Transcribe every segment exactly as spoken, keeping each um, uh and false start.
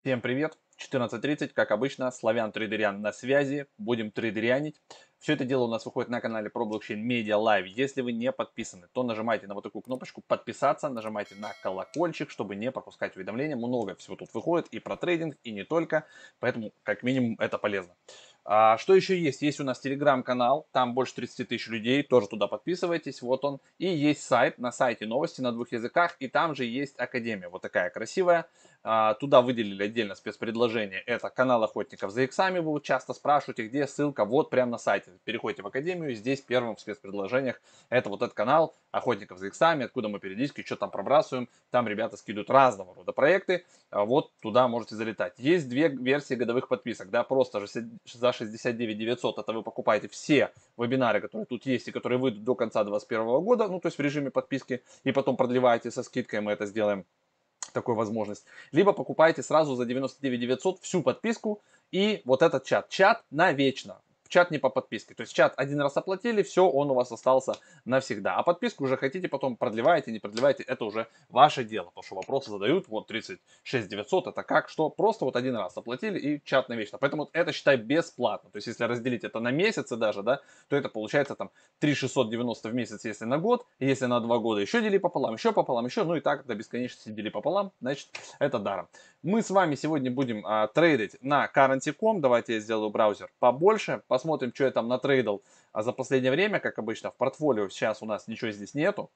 Всем привет! четырнадцать тридцать, как обычно, Славян Трейдерян на связи. Будем трейдерянить. Все это дело у нас выходит на канале про блокчейн Media Live. Если вы не подписаны, то нажимайте на вот такую кнопочку подписаться, нажимайте на колокольчик, чтобы не пропускать уведомления. Много всего тут выходит и про трейдинг, и не только. Поэтому, как минимум, это полезно. А, что еще есть? Есть у нас телеграм-канал, там больше тридцати тысяч людей, тоже туда подписывайтесь, вот он. И есть сайт, на сайте новости на двух языках, и там же есть академия, вот такая красивая. А, туда выделили отдельно спецпредложение, это канал охотников за иксами, вы вот часто спрашиваете, где ссылка, вот прямо на сайте. Переходите в академию, здесь первым в спецпредложениях это вот этот канал охотников за иксами, откуда мы периодически что-то там пробрасываем, там ребята скидывают разного рода проекты, а вот туда можете залетать. Есть две версии годовых подписок, да, просто же за шестьдесят девять девятьсот это вы покупаете все вебинары, которые тут есть и которые выйдут до конца две тысячи двадцать первого года, ну то есть в режиме подписки, и потом продлеваете со скидкой, мы это сделаем, такую возможность. Либо покупаете сразу за девяносто девять девятьсот всю подписку и вот этот чат. Чат навечно. Чат не по подписке. То есть чат один раз оплатили, все, он у вас остался навсегда. А подписку уже хотите, потом продлеваете, не продлеваете, это уже ваше дело. Потому что вопросы задают, вот тридцать шесть девятьсот, это как, что? Просто вот один раз оплатили и чат навечно. Поэтому это, считай, бесплатно. То есть если разделить это на месяцы даже, да, то это получается там три тысячи шестьсот девяносто в месяц, если на год, если на два года еще дели пополам, еще пополам, еще, ну и так до бесконечности дели пополам, значит, это даром. Мы с вами сегодня будем а, трейдить на currency точка com. Давайте я сделаю браузер побольше, посмотрим, что я там натрейдал а за последнее время, как обычно, в портфолио сейчас у нас ничего здесь нету.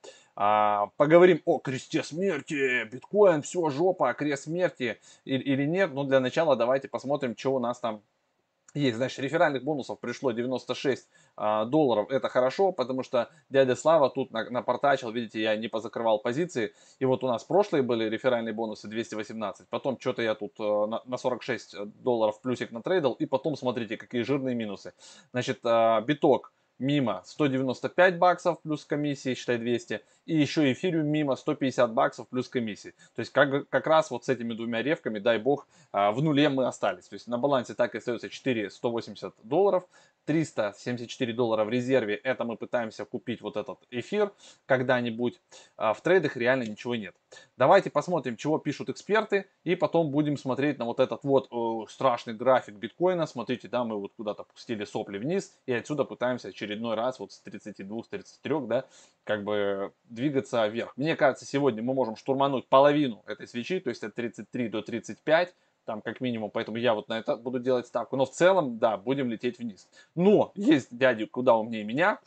А, поговорим о кресте смерти, биткоин, все, жопа, крест смерти или, или нет. Но для начала давайте посмотрим, что у нас там есть. Значит, реферальных бонусов пришло девяносто шесть а, долларов. Это хорошо, потому что дядя Слава тут на, напортачил. Видите, я не позакрывал позиции. И вот у нас прошлые были реферальные бонусы двести восемнадцать. Потом что-то я тут а, на, на сорок шесть долларов плюсик натрейдал. И потом смотрите, какие жирные минусы. Значит, а, биток мимо сто девяносто пять баксов плюс комиссии, считай двести. И еще эфириум мимо сто пятьдесят баксов плюс комиссии. То есть как, как раз вот с этими двумя ревками, дай бог, а, в нуле мы остались. То есть на балансе так и остается четыре тысячи сто восемьдесят долларов. триста семьдесят четыре доллара в резерве. Это мы пытаемся купить вот этот эфир когда-нибудь. А в трейдах реально ничего нет. Давайте посмотрим, чего пишут эксперты. И потом будем смотреть на вот этот вот о, страшный график биткоина. Смотрите, да, мы вот куда-то пустили сопли вниз. И отсюда пытаемся очередной раз вот с тридцати двух тридцати трёх, да, как бы двигаться вверх. Мне кажется, сегодня мы можем штурмануть половину этой свечи, то есть от тридцати трёх до тридцати пяти, там как минимум, поэтому я вот на это буду делать ставку. Но в целом, да, будем лететь вниз. Но есть дяди куда умнее меня,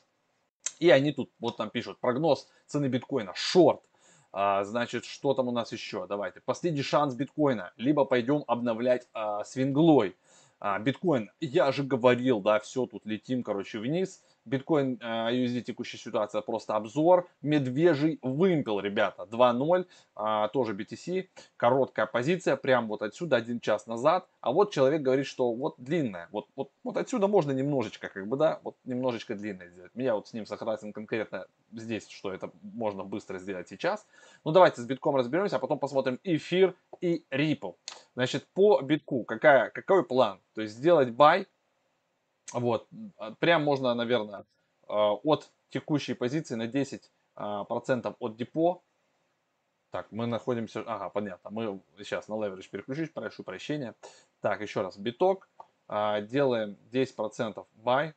и они тут вот там пишут прогноз цены биткоина, шорт. А, значит, что там у нас еще? Давайте. Последний шанс биткоина. Либо пойдем обновлять а, свинглой. А, биткоин, я же говорил, да, все, тут летим, короче, вниз. Биткоин, а, ю эс ди текущая ситуация, просто обзор. Медвежий вымпел, ребята, два ноль, а, тоже би ти си. Короткая позиция, прям вот отсюда, один час назад. А вот человек говорит, что вот длинная. Вот, вот, вот отсюда можно немножечко, как бы, да, вот немножечко длинная сделать. Меня вот с ним согласен конкретно здесь, что это можно быстро сделать сейчас. Ну, давайте с битком разберемся, а потом посмотрим эфир и Ripple. Значит, по битку какая, какой план? То есть сделать бай, вот, прям можно, наверное, от текущей позиции на десять процентов от депо. Так, мы находимся, ага, понятно, мы сейчас на leverage переключусь, прошу прощения. Так, еще раз, биток, делаем десять процентов buy,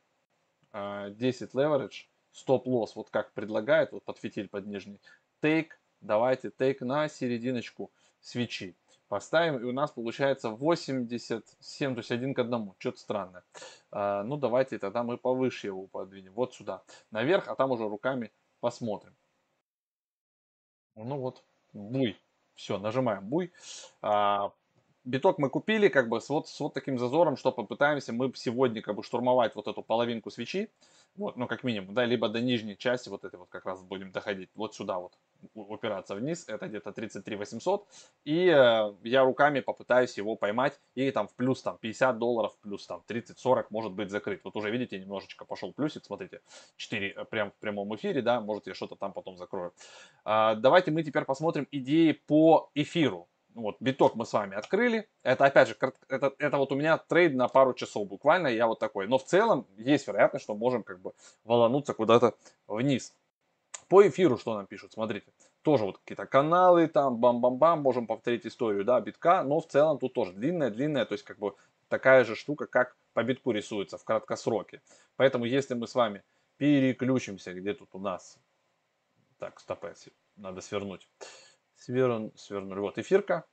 десять leverage, стоп-лосс, вот как предлагает, вот под фитиль, под нижний, take, давайте take на серединочку свечи. Поставим, и у нас получается восемьдесят семь, то есть один к одному, что-то странное. А, ну, давайте тогда мы повыше его подвинем, вот сюда, наверх, а там уже руками посмотрим. Ну вот, буй. Все, нажимаем буй. А, биток мы купили, как бы с вот, с вот таким зазором, что попытаемся мы сегодня как бы штурмовать вот эту половинку свечи. Вот, ну как минимум, да, либо до нижней части вот этой вот как раз будем доходить. Вот сюда вот упираться вниз, это где-то тридцать три восемьсот. И э, я руками попытаюсь его поймать и там в плюс там пятьдесят долларов, плюс там тридцать сорок может быть закрыть. Вот уже видите, немножечко пошел плюсик, смотрите, четыре э, прям в прямом эфире, да, может я что-то там потом закрою. А, давайте мы теперь посмотрим идеи по эфиру. Вот, биток мы с вами открыли. Это, опять же, это, это вот у меня трейд на пару часов буквально, я вот такой. Но в целом есть вероятность, что можем как бы валануться куда-то вниз. По эфиру что нам пишут? Смотрите, тоже вот какие-то каналы, там бам-бам-бам, можем повторить историю, да, битка, но в целом тут тоже длинная-длинная, то есть как бы такая же штука, как по битку рисуется в краткосроке. Поэтому если мы с вами переключимся, где тут у нас, так, стоп, надо свернуть, Сверн, свернули, вот эфирка,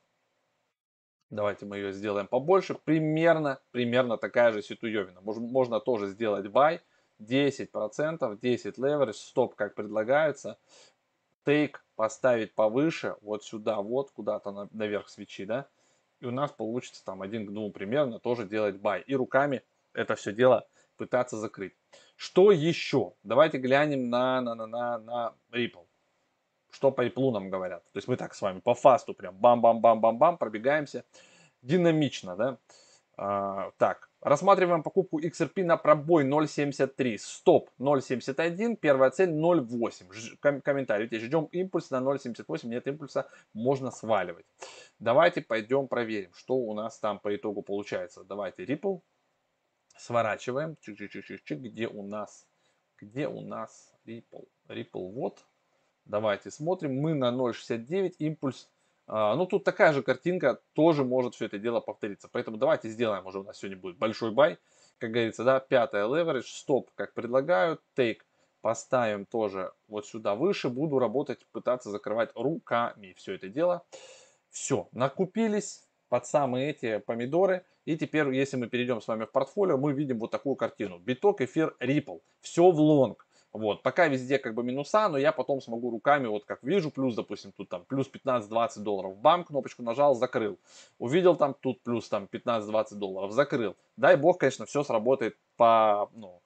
давайте мы ее сделаем побольше, примерно, примерно такая же ситуевина, можно, можно тоже сделать buy, десять процентов, десять leverage, стоп, как предлагается, тейк поставить повыше, вот сюда, вот куда-то на, наверх свечи, да, и у нас получится там один к двум примерно тоже делать buy. И руками это все дело пытаться закрыть. Что еще? Давайте глянем на, на, на, на, на Ripple. Что по Ripple нам говорят? То есть мы так с вами по фасту прям бам-бам-бам-бам-бам пробегаемся. Динамично, да? А, так, рассматриваем покупку икс эр пи на пробой ноль семьдесят три, стоп ноль семьдесят один, первая цель ноль восемь. Ж, ком, комментарий, видите, ждем импульс на ноль семьдесят восемь, нет импульса, можно сваливать. Давайте пойдем проверим, что у нас там по итогу получается. Давайте Ripple сворачиваем, чик-чик-чик-чик, где у нас, где у нас Ripple, Ripple вот. Давайте смотрим, мы на ноль шестьдесят девять, импульс. А, ну, тут такая же картинка, тоже может все это дело повториться. Поэтому давайте сделаем, уже у нас сегодня будет большой бай. Как говорится, да, пятая leverage, стоп, как предлагают, тейк поставим тоже вот сюда выше. Буду работать, пытаться закрывать руками все это дело. Все, накупились под самые эти помидоры. И теперь, если мы перейдем с вами в портфолио, мы видим вот такую картину. Биток, эфир, Ripple. Все в лонг. Вот, пока везде как бы минуса, но я потом смогу руками, вот как вижу, плюс, допустим, тут там плюс пятнадцать-двадцать долларов, бам, кнопочку нажал, закрыл. Увидел там тут плюс там пятнадцать-двадцать долларов, закрыл. Дай бог, конечно, все сработает по, ну,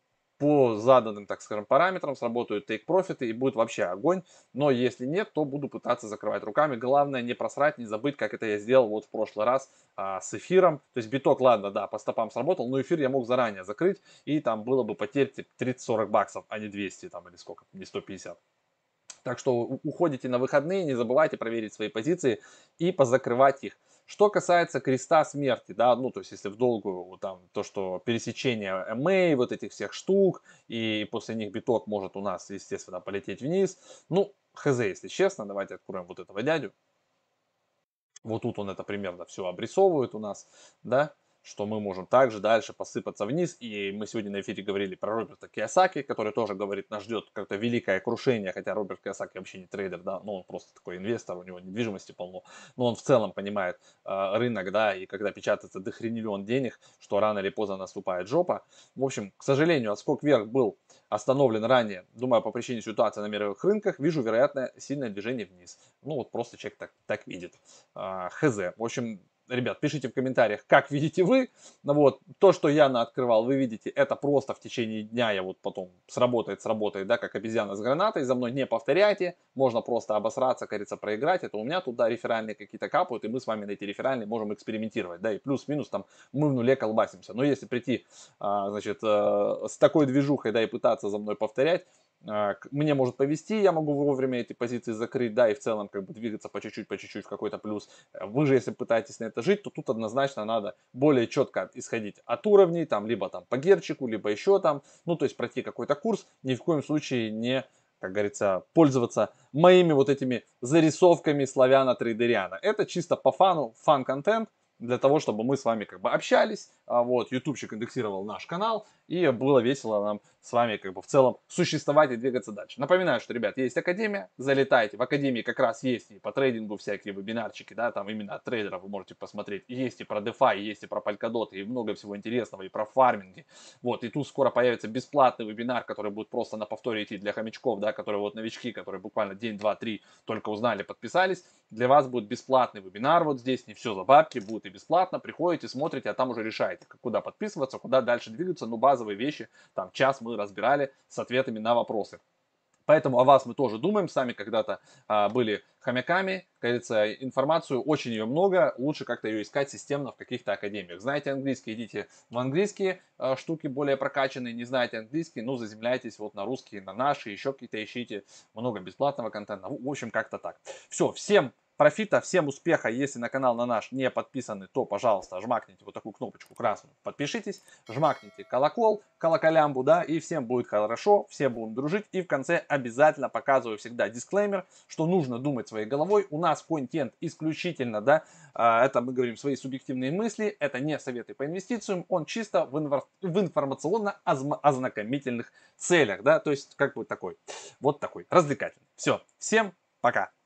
по заданным, так скажем, параметрам, сработают take-профиты и будет вообще огонь. Но если нет, то буду пытаться закрывать руками. Главное не просрать, не забыть, как это я сделал вот в прошлый раз а, с эфиром. То есть биток, ладно, да, по стопам сработал, но эфир я мог заранее закрыть. И там было бы потерь типа тридцать-сорок баксов, а не двести там или сколько, не сто пятьдесят. Так что уходите на выходные, не забывайте проверить свои позиции и позакрывать их. Что касается креста смерти, да, ну, то есть, если в долгую, там, то, что пересечение эм эй, вот этих всех штук, и после них биток может у нас, естественно, полететь вниз. Ну, хз, если честно, давайте откроем вот этого дядю. Вот тут он это примерно все обрисовывает у нас, да, что мы можем также дальше посыпаться вниз. И мы сегодня на эфире говорили про Роберта Кийосаки, который тоже говорит, нас ждет как-то великое крушение, хотя Роберт Кийосаки вообще не трейдер, да, но он просто такой инвестор, у него недвижимости полно, но он в целом понимает э, рынок, да, и когда печатается дохрениллион денег, что рано или поздно наступает жопа. В общем, к сожалению, отскок вверх был остановлен ранее, думаю, по причине ситуации на мировых рынках, вижу вероятно сильное движение вниз. Ну вот просто человек так, так видит. А, хз. В общем, ребят, пишите в комментариях, как видите вы. Ну, вот, то, что я открывал, вы видите, это просто в течение дня я вот потом сработает, сработает, да, как обезьяна с гранатой. За мной не повторяйте. Можно просто обосраться, как говорится, проиграть. Это у меня туда реферальные какие-то капают, и мы с вами на эти реферальные можем экспериментировать, да, и плюс-минус там мы в нуле колбасимся. Но если прийти, а, значит, э, с такой движухой, да, и пытаться за мной повторять, мне может повезти, я могу вовремя эти позиции закрыть, да, и в целом как бы двигаться по чуть-чуть, по чуть-чуть в какой-то плюс. Вы же, если пытаетесь на это жить, то тут однозначно надо более четко исходить от уровней, там, либо там по герчику, либо еще там, ну, то есть пройти какой-то курс, ни в коем случае не, как говорится, пользоваться моими вот этими зарисовками славяна-трейдериана. Это чисто по фану, фан-контент, для того, чтобы мы с вами как бы общались, а вот, ютубчик индексировал наш канал, и было весело нам с вами как бы в целом существовать и двигаться дальше. Напоминаю, что, ребят, есть Академия, залетайте, в Академии как раз есть и по трейдингу всякие вебинарчики, да, там именно от трейдеров вы можете посмотреть, есть и про DeFi, есть и про Polkadot, и много всего интересного, и про фарминги, вот, и тут скоро появится бесплатный вебинар, который будет просто на повторе идти для хомячков, да, которые вот новички, которые буквально день, два, три только узнали, подписались, для вас будет бесплатный вебинар вот здесь, не все за бабки, будет и бесплатно, приходите, смотрите, а там уже решаете, куда подписываться, куда дальше двигаться, ну, базовые вещи, там час мы разбирали с ответами на вопросы. Поэтому о вас мы тоже думаем, сами когда-то а, были хомяками, как говорится, информацию очень ее много, лучше как-то ее искать системно в каких-то академиях. Знаете английский, идите в английские а, штуки более прокачанные, не знаете английский, ну заземляйтесь вот на русские, на наши, еще какие-то ищите, много бесплатного контента, в общем как-то так. Все, всем профита, всем успеха. Если на канал на наш не подписаны, то, пожалуйста, жмакните вот такую кнопочку красную, подпишитесь, жмакните колокол, колоколямбу, да, и всем будет хорошо, все будут дружить. И в конце обязательно показываю всегда дисклеймер, что нужно думать своей головой. У нас контент исключительно, да, это мы говорим свои субъективные мысли, это не советы по инвестициям, он чисто в, инвар... в информационно-ознакомительных целях, да, то есть как бы такой, вот такой, развлекательный. Все, всем пока!